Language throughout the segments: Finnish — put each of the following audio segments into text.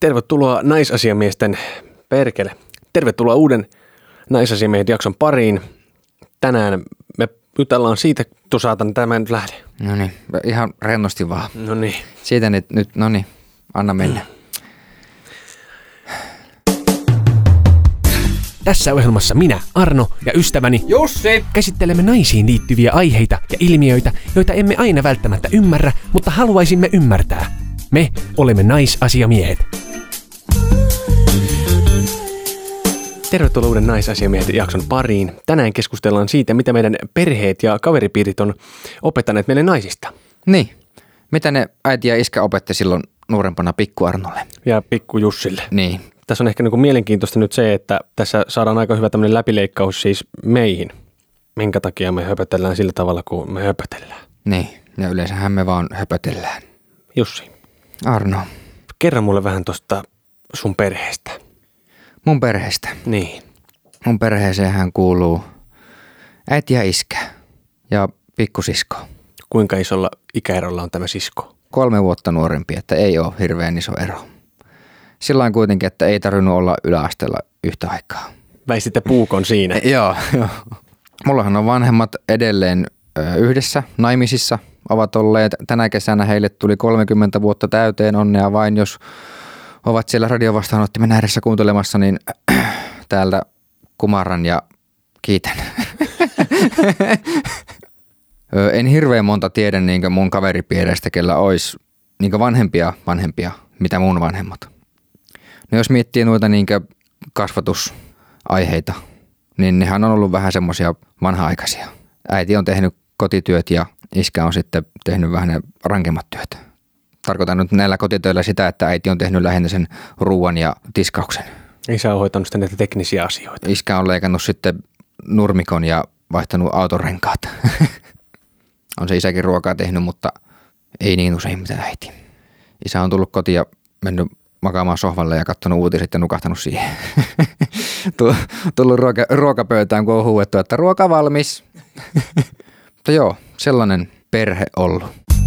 Tervetuloa naisasiamiesten perkele. Tervetuloa uuden naisasiamiehet jakson pariin. Tänään me jutellaan siitä, saatan tämä nyt lähde. No niin, ihan rennosti vaan. No niin. Siitä nyt, no niin, anna mennä. Tässä ohjelmassa minä, Arno ja ystäväni Jussi! käsittelemme naisiin liittyviä aiheita ja ilmiöitä, joita emme aina välttämättä ymmärrä, mutta haluaisimme ymmärtää. Me olemme naisasiamiehet. Tervetuloa uuden naisasiamiehet jakson pariin. Tänään keskustellaan siitä, mitä meidän perheet ja kaveripiirit on opettaneet meille naisista. Niin, mitä ne äiti ja iskä opetti silloin nuorempana pikku Arnolle? Ja pikku Jussille. Niin. Tässä on ehkä mielenkiintoista nyt se, että tässä saadaan aika hyvä tämmöinen läpileikkaus siis meihin. Minkä takia me höpötellään sillä tavalla, kuin me höpötellään. Niin, ja yleensähän me vaan höpötellään. Jussi, Arno, kerro mulle vähän tosta sun perheestä. mun perheestä. Niin. Mun perheeseenhän kuuluu äiti ja iskä ja pikkusisko. Kuinka isolla ikäerolla on tämä sisko? 3 vuotta nuorempi, että ei ole hirveän iso ero. Sillain kuitenkin, että ei tarvinnut olla yläasteella yhtä aikaa. Väistitte puukon siinä. Joo. Mullahan on vanhemmat edelleen yhdessä naimisissa. Ovat olleet tänä kesänä, heille tuli 30 vuotta täyteen, onnea vain, jos ovat siellä radiovastaanottimen ääressä kuuntelemassa, niin täältä kumarran ja kiitän. En hirveän monta tiedä niin mun kaveripiireistä, kellä olisi niin vanhempia, mitä mun vanhemmat. No jos miettii noita niin kasvatusaiheita, niin nehän on ollut vähän semmoisia vanha-aikaisia. Äiti on tehnyt kotityöt ja iskä on sitten tehnyt vähän ne rankemmat työt. Tarkoitan nyt näillä kotitöillä sitä, että äiti on tehnyt lähinnä sen ruuan ja tiskauksen. Isä on hoitanut sitten näitä teknisiä asioita. Iskä on leikannut sitten nurmikon ja vaihtanut autorenkaat. On se isäkin ruokaa tehnyt, mutta ei niin usein mitä äiti. Isä on tullut kotiin ja mennyt makaamaan sohvalle ja katsonut uutiset ja nukahtanut siihen. Tullut ruokapöytään, kun on huuettu, että ruoka valmis. Mutta joo, sellainen perhe ollut.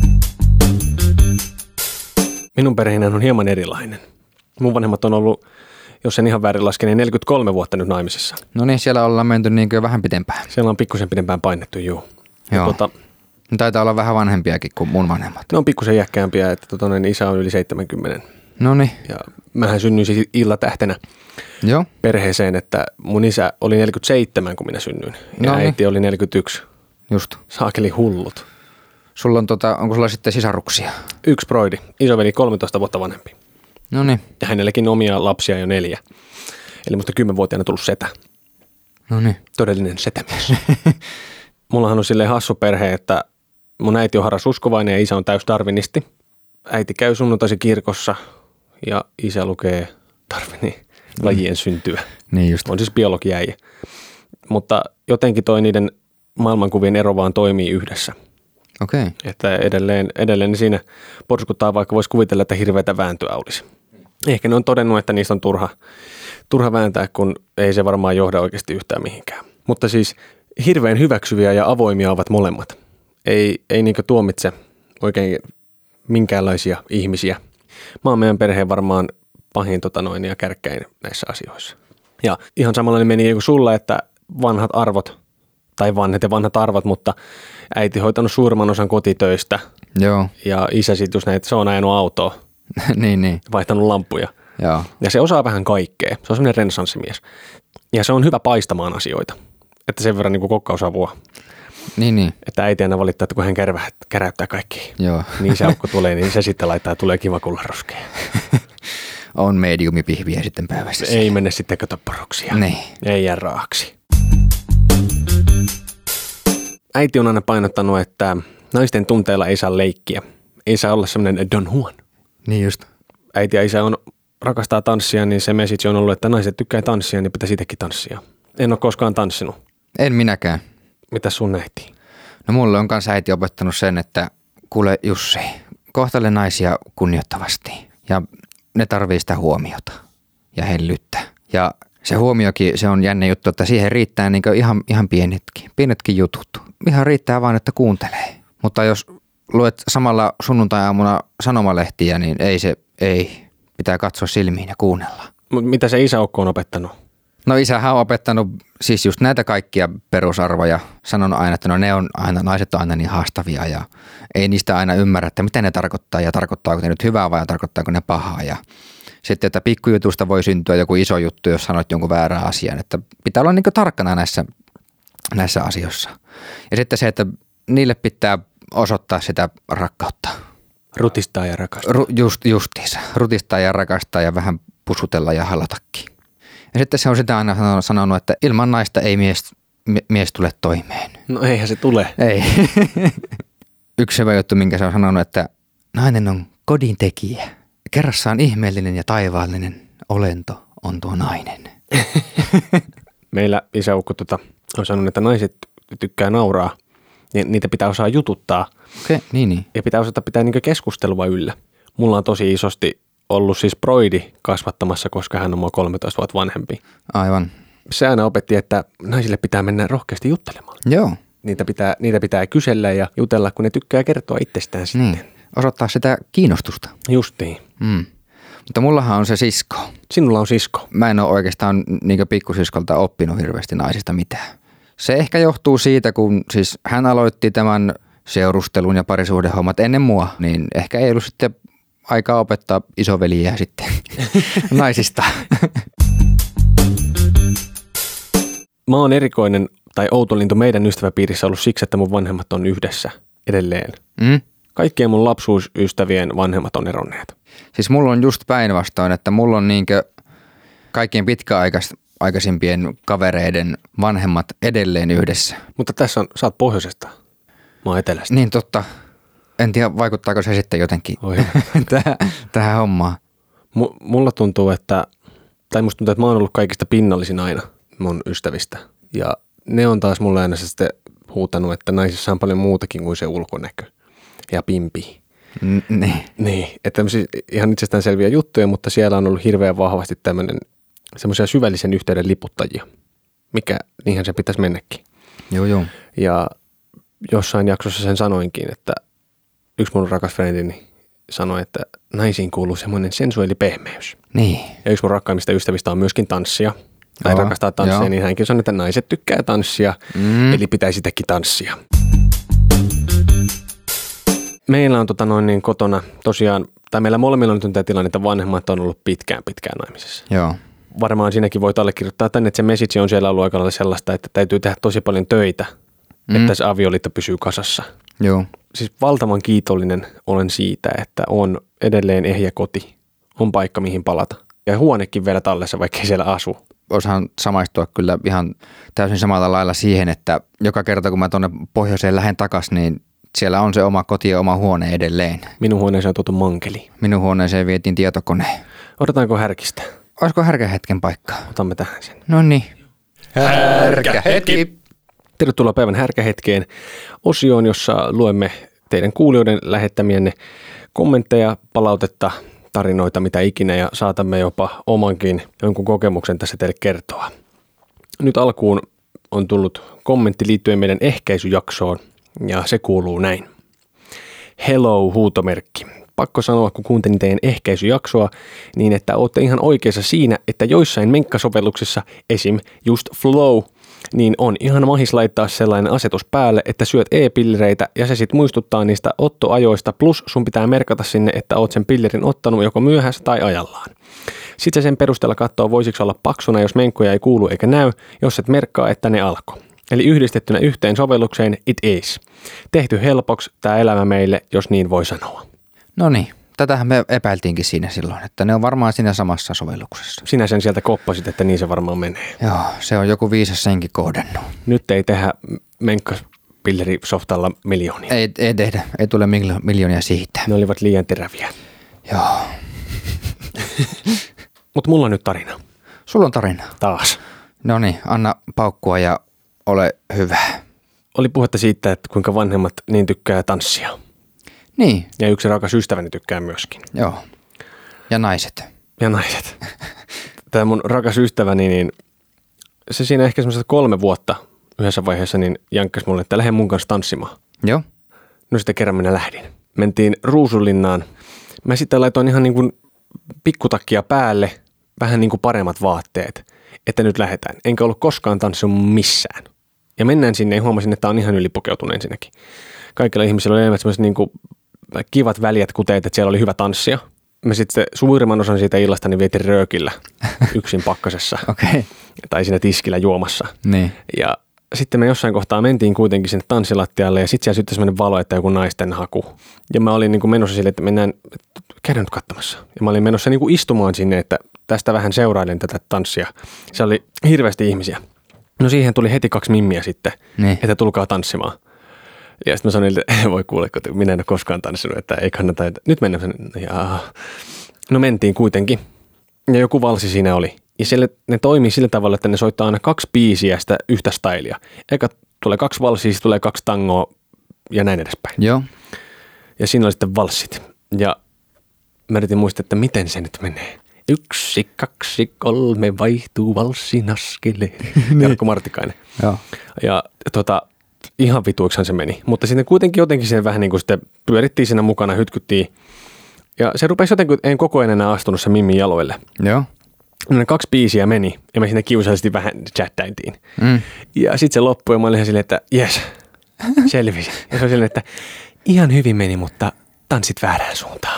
Minun perheeni on hieman erilainen. Mun vanhemmat on ollut, jos en ihan väärin laske, niin 43 vuotta nyt naimisissa. No niin, siellä ollaan menty niin kuin vähän pitempään. Siellä on pikkusen pidempään painettu, joo. Joo. Taitaa olla vähän vanhempiakin kuin mun vanhemmat. Ne on pikkusen iäkkäämpiä, että isä on yli 70. Noniin. Ja mähän synnyin siis illatähtenä perheeseen, että mun isä oli 47, kun minä synnyin. Ja äiti oli 41. Just. Saakeli hullut. Sulla on onko sulla sitten sisaruksia? 1 broidi. Isoveli 13 vuotta vanhempi. Noniin. Ja hänelläkin omia lapsia jo 4. Eli musta 10-vuotiaana tullut setä. Noniin. Todellinen setämies. Mullahan on silleen hassu perhe, että mun äiti on harrasuskovainen ja isä on täys darwinisti. Äiti käy sunnuntaisin kirkossa ja isä lukee Darwinin lajien syntyä. Niin just. On siis biologiäijä. Mutta jotenkin niiden maailmankuvien ero vaan toimii yhdessä. Okei. Okay. Että edelleen siinä porskuttaa, vaikka voisi kuvitella, että hirveätä vääntöä olisi. Ehkä ne on todennut, että niistä on turha vääntää, kun ei se varmaan johda oikeasti yhtään mihinkään. Mutta siis hirveän hyväksyviä ja avoimia ovat molemmat. Ei niinkö tuomitse oikein minkäänlaisia ihmisiä. Mä oon meidän perheen varmaan pahin ja kärkkäin näissä asioissa. Ja ihan samanlainen meni kuin sulla, että vanhat arvot, mutta äiti hoitanut suurimman osan kotitöistä. Joo. Ja isä sitten just näitä, se on ajanut autoa. niin. Vaihtanut lampuja. Joo. Ja se osaa vähän kaikkea. Se on semmoinen renessanssimies. Ja se on hyvä paistamaan asioita. Että sen verran niin kuin kokkausavua. Niin. Että äiti aina valittaa, että kun hän käräyttää kaikki. Joo. Niin se aukko tulee, niin se sitten laittaa ja tulee kiva kullaruskeja. On mediumipihviä sitten päivässä. Ei mene sitten katopporoksia. Niin. Ei jää raaksi. Äiti on aina painottanut, että naisten tunteilla ei saa leikkiä. Ei saa olla semmoinen Don Juan. Niin just. Äiti ja isä rakastaa tanssia, niin se message on ollut, että naiset tykkää tanssia, niin pitäisi itsekin tanssia. En ole koskaan tanssinut. En minäkään. Mitä sun äiti? No mulle on kanssa äiti opettanut sen, että kuule Jussi, kohtele naisia kunnioittavasti ja ne tarvii sitä huomiota ja hellyttä. Ja se huomiokin, se on jännä juttu, että siihen riittää niin ihan pienetkin jutut. Ihan riittää vaan, että kuuntelee. Mutta jos luet samalla sunnuntai-aamuna sanomalehtiä, niin ei pitää katsoa silmiin ja kuunnella. Mitä se isäukko on opettanut? No isähän on opettanut siis just näitä kaikkia perusarvoja. Sanonut aina, että naiset on aina niin haastavia ja ei niistä aina ymmärrä, että mitä ne tarkoittaa ja tarkoittaako ne nyt hyvää vai tarkoittaako ne pahaa. Ja sitten, että pikkujutusta voi syntyä joku iso juttu, jos sanot jonkun väärän asian. Että pitää olla niin kuin tarkkana näissä asioissa. Ja sitten se, että niille pitää osoittaa sitä rakkautta. Rutistaa ja rakastaa. Justiinsa. Rutistaa ja rakastaa ja vähän pusutella ja halatakin. Ja sitten se on sitä aina sanonut, että ilman naista ei mies tule toimeen. No eihän se tule. Ei. Yksi hyvä juttu, minkä se on sanonut, että nainen on kodin tekijä. Kerrassaan ihmeellinen ja taivaallinen olento on tuo nainen. Meillä isäukko on sanonut, että naiset tykkää nauraa. Niitä pitää osaa jututtaa. Okei, niin. Ja pitää osata pitää niinku keskustelua yllä. Mulla on tosi isosti ollut siis broidi kasvattamassa, koska hän on mua 13 vuotta vanhempi. Aivan. Se aina opetti, että naisille pitää mennä rohkeasti juttelemaan. Joo. Niitä pitää kysellä ja jutella, kun ne tykkää kertoa itsestään sitten. Niin. Osoittaa sitä kiinnostusta. Justiin. Mutta mullahan on se sisko. Sinulla on sisko. Mä en ole oikeastaan niin pikkusiskolta oppinut hirveästi naisista mitään. Se ehkä johtuu siitä, kun siis hän aloitti tämän seurustelun ja parisuhdehommat ennen mua, niin ehkä ei ollut sitten aikaa opettaa isoveliä sitten naisista. Mä oon erikoinen tai outolintu meidän ystäväpiirissä ollut siksi, että mun vanhemmat on yhdessä edelleen. Kaikkien mun lapsuusystävien vanhemmat on eronneet. Siis mulla on just päinvastoin, että mulla on niinkö kaikkien pitkäaikaisimpien kavereiden vanhemmat edelleen yhdessä. Mutta tässä sä oot pohjoisesta. Mä oon etelästä. Niin totta. En tiedä, vaikuttaako se sitten jotenkin tähän hommaan. Mulla tuntuu, musta tuntuu, että mä oon ollut kaikista pinnallisin aina mun ystävistä. Ja ne on taas mulle aina sitten huutanut, että naisissa on paljon muutakin kuin se ulkonäkö ja pimpi. Niin, että ihan itsestäänselviä juttuja, mutta siellä on ollut hirveän vahvasti semmoisia syvällisen yhteyden liputtajia, mikä niinhän se pitäisi mennäkin. Joo. Ja jossain jaksossa sen sanoinkin, että yksi mun rakas frendini sanoi, että naisiin kuuluu semmoinen sensuaali pehmeys. Niin. Ja yksi mun rakkaimmista ystävistä on myöskin tanssija. Tai rakastaa tanssia, niin hänkin sanoi, että naiset tykkää tanssia, eli pitäisi sitäkin tanssia. Meillä on kotona tosiaan, tai meillä molemmilla on nyt tämä tilanne, että vanhemmat on ollut pitkään naimisissa. Joo. Varmaan siinäkin voit allekirjoittaa tänne, että se message on siellä ollut aika lailla sellaista, että täytyy tehdä tosi paljon töitä, että se avioliitto pysyy kasassa. Joo. Siis valtavan kiitollinen olen siitä, että on edelleen ehjä koti, on paikka mihin palata. Ja huonekin vielä tallessa, vaikka ei siellä asu. Osahan samaistua kyllä ihan täysin samalla lailla siihen, että joka kerta kun mä tuonne pohjoiseen lähden takaisin, niin siellä on se oma koti ja oma huone edelleen. Minun huoneeseen on tuotu mankeli. Minun huoneeseen vietiin tietokone. Odotetaanko härkistä? Olisiko härkähetken paikkaa? Otamme tähän sen. No niin. Härkähetki! Tervetuloa päivän härkähetkeen osioon, jossa luemme teidän kuulijoiden lähettämienne kommentteja, palautetta, tarinoita, mitä ikinä, ja saatamme jopa omankin jonkun kokemuksen tässä teille kertoa. Nyt alkuun on tullut kommentti liittyen meidän ehkäisyjaksoon, ja se kuuluu näin. Hello, huutomerkki. Pakko sanoa, kun kuuntelin teidän ehkäisyjaksoa, niin että olette ihan oikeassa siinä, että joissain menkkasovelluksissa, esim. Just Flow, niin on ihan mahis laittaa sellainen asetus päälle, että syöt e-pillereitä ja se sitten muistuttaa niistä ottoajoista, plus sun pitää merkata sinne, että oot sen pillerin ottanut joko myöhässä tai ajallaan. Sitten sen perusteella katsoo, voisiko olla paksuna, jos menkkoja ei kuulu eikä näy, jos et merkkaa, että ne alkoi. Eli yhdistettynä yhteen sovellukseen it is. Tehty helpoksi tämä elämä meille, jos niin voi sanoa. No niin, tätähän me epäiltiinkin siinä silloin, että ne on varmaan siinä samassa sovelluksessa. Sinä sen sieltä koppasit, että niin se varmaan menee. Joo, se on joku viisas senkin kohdannut. Nyt ei tehdä menkkapillerisoftalla miljoonia. Ei tehdä, ei tule miljoonia siitä. Ne olivat liian teräviä. Joo. Mutta mulla on nyt tarina. Sulla on tarina. Taas. No niin, anna paukkua ja ole hyvä. Oli puhetta siitä, että kuinka vanhemmat niin tykkää tanssia. Niin. Ja yksi rakas ystäväni tykkää myöskin. Joo. Ja naiset. Ja naiset. Tämä mun rakas ystäväni, niin se siinä ehkä semmoista 3 vuotta yhdessä vaiheessa niin jankkasi mulle, että lähde mun kanssa tanssimaan. Joo. No sitten kerran minä lähdin. Mentiin Ruusunlinnaan. Mä sitten laitoin ihan niin kuin pikkutakkia päälle, vähän niin kuin paremmat vaatteet, että nyt lähdetään. Enkä ollut koskaan tanssinut missään. Ja mennään sinne ja huomasin, että on ihan ylipukeutunut ensinnäkin. Kaikilla ihmisillä oli enemmän sellaiset niin kuin kivat väljät kuteet, että siellä oli hyvä tanssia. Me sitten suurimman osan siitä illasta niin vietin röökillä yksin pakkasessa. Okay. Tai siinä tiskillä juomassa. Niin. Ja sitten me jossain kohtaa mentiin kuitenkin sinne tanssilattialle ja sitten siellä syttyi sellainen valo, että joku naisten haku. Ja mä olin niin kuin menossa sille, että käydään nyt katsomassa. Ja mä olin menossa niin kuin istumaan sinne, että tästä vähän seurailen tätä tanssia. Se oli hirveästi ihmisiä. No siihen tuli heti 2 mimmiä sitten, että tulkaa tanssimaan. Ja sitten mä sanoin, että voi kuule, kun minä en ole koskaan tanssinut, että ei kannata, että nyt mennään. No mentiin kuitenkin. Ja joku valsi siinä oli. Ja siellä ne toimii sillä tavalla, että ne soittaa aina 2 biisiä sitä yhtä stylia. Eka tulee 2 valsia, sitten tulee 2 tangoa ja näin edespäin. Joo. Ja siinä oli sitten valssit. Ja mä yritin muistaa, että miten se nyt menee. 1, 2, 3 vaihtuu valssin askeleen. Jarkko Martikainen. Joo. Ja ihan vituiksahan se meni. Mutta sitten kuitenkin jotenkin sen vähän niin kuin sitten pyörittiin siinä mukana, hytkyttiin. Ja se rupesi jotenkin, en koko ajan enää astunut se Mimmin jaloille. Joo. Ne 2 biisiä meni ja me siinä kiusallisesti vähän chattaintiin. Ja sitten se loppui ja mä olin ihan silleen, että jes, selvisi. Ja se oli silleen, että ihan hyvin meni, mutta tanssit väärään suuntaan.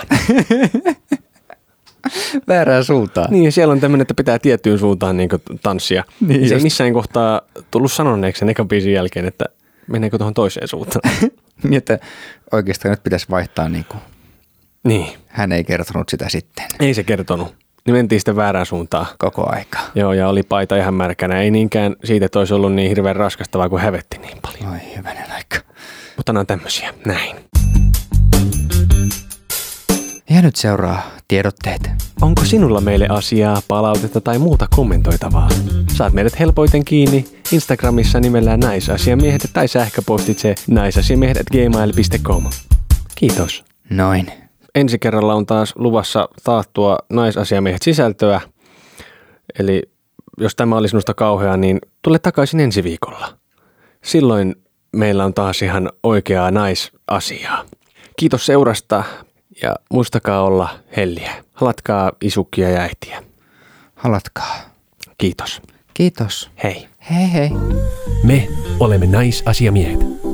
Väärään suuntaan? Niin, siellä on tämmöinen, että pitää tiettyyn suuntaan niin tanssia. Niin se ei missään kohtaa tullut sanoneeksi sen ekan biisin jälkeen, että meneekö tuohon toiseen suuntaan. Niin, että oikeastaan nyt pitäisi vaihtaa niin kuin. Niin. Hän ei kertonut sitä sitten. Ei se kertonut. Niin mentiin sitten väärään suuntaan. Koko aika. Joo, ja oli paita ihan märkänä. Ei niinkään siitä, että olisi ollut niin hirveän raskastavaa, kun hävetti niin paljon. Oi hyvänen aika. Mutta nämä on tämmöisiä. Näin. Ja nyt seuraa tiedotteet. Onko sinulla meille asiaa, palautetta tai muuta kommentoitavaa? Saat meidät helpoiten kiinni Instagramissa nimellä naisasiamiehet tai sähköpostitse naisasiamiehet@gmail.com. Kiitos. Noin. Ensi kerralla on taas luvassa taattua naisasiamiehet sisältöä. Eli jos tämä oli sinusta kauheaa, niin tule takaisin ensi viikolla. Silloin meillä on taas ihan oikeaa naisasiaa. Kiitos seurasta ja muistakaa olla helliä. Halatkaa isukkia ja äitiä. Halatkaa. Kiitos. Kiitos. Hei. Hei hei. Me olemme naisasiamiehet.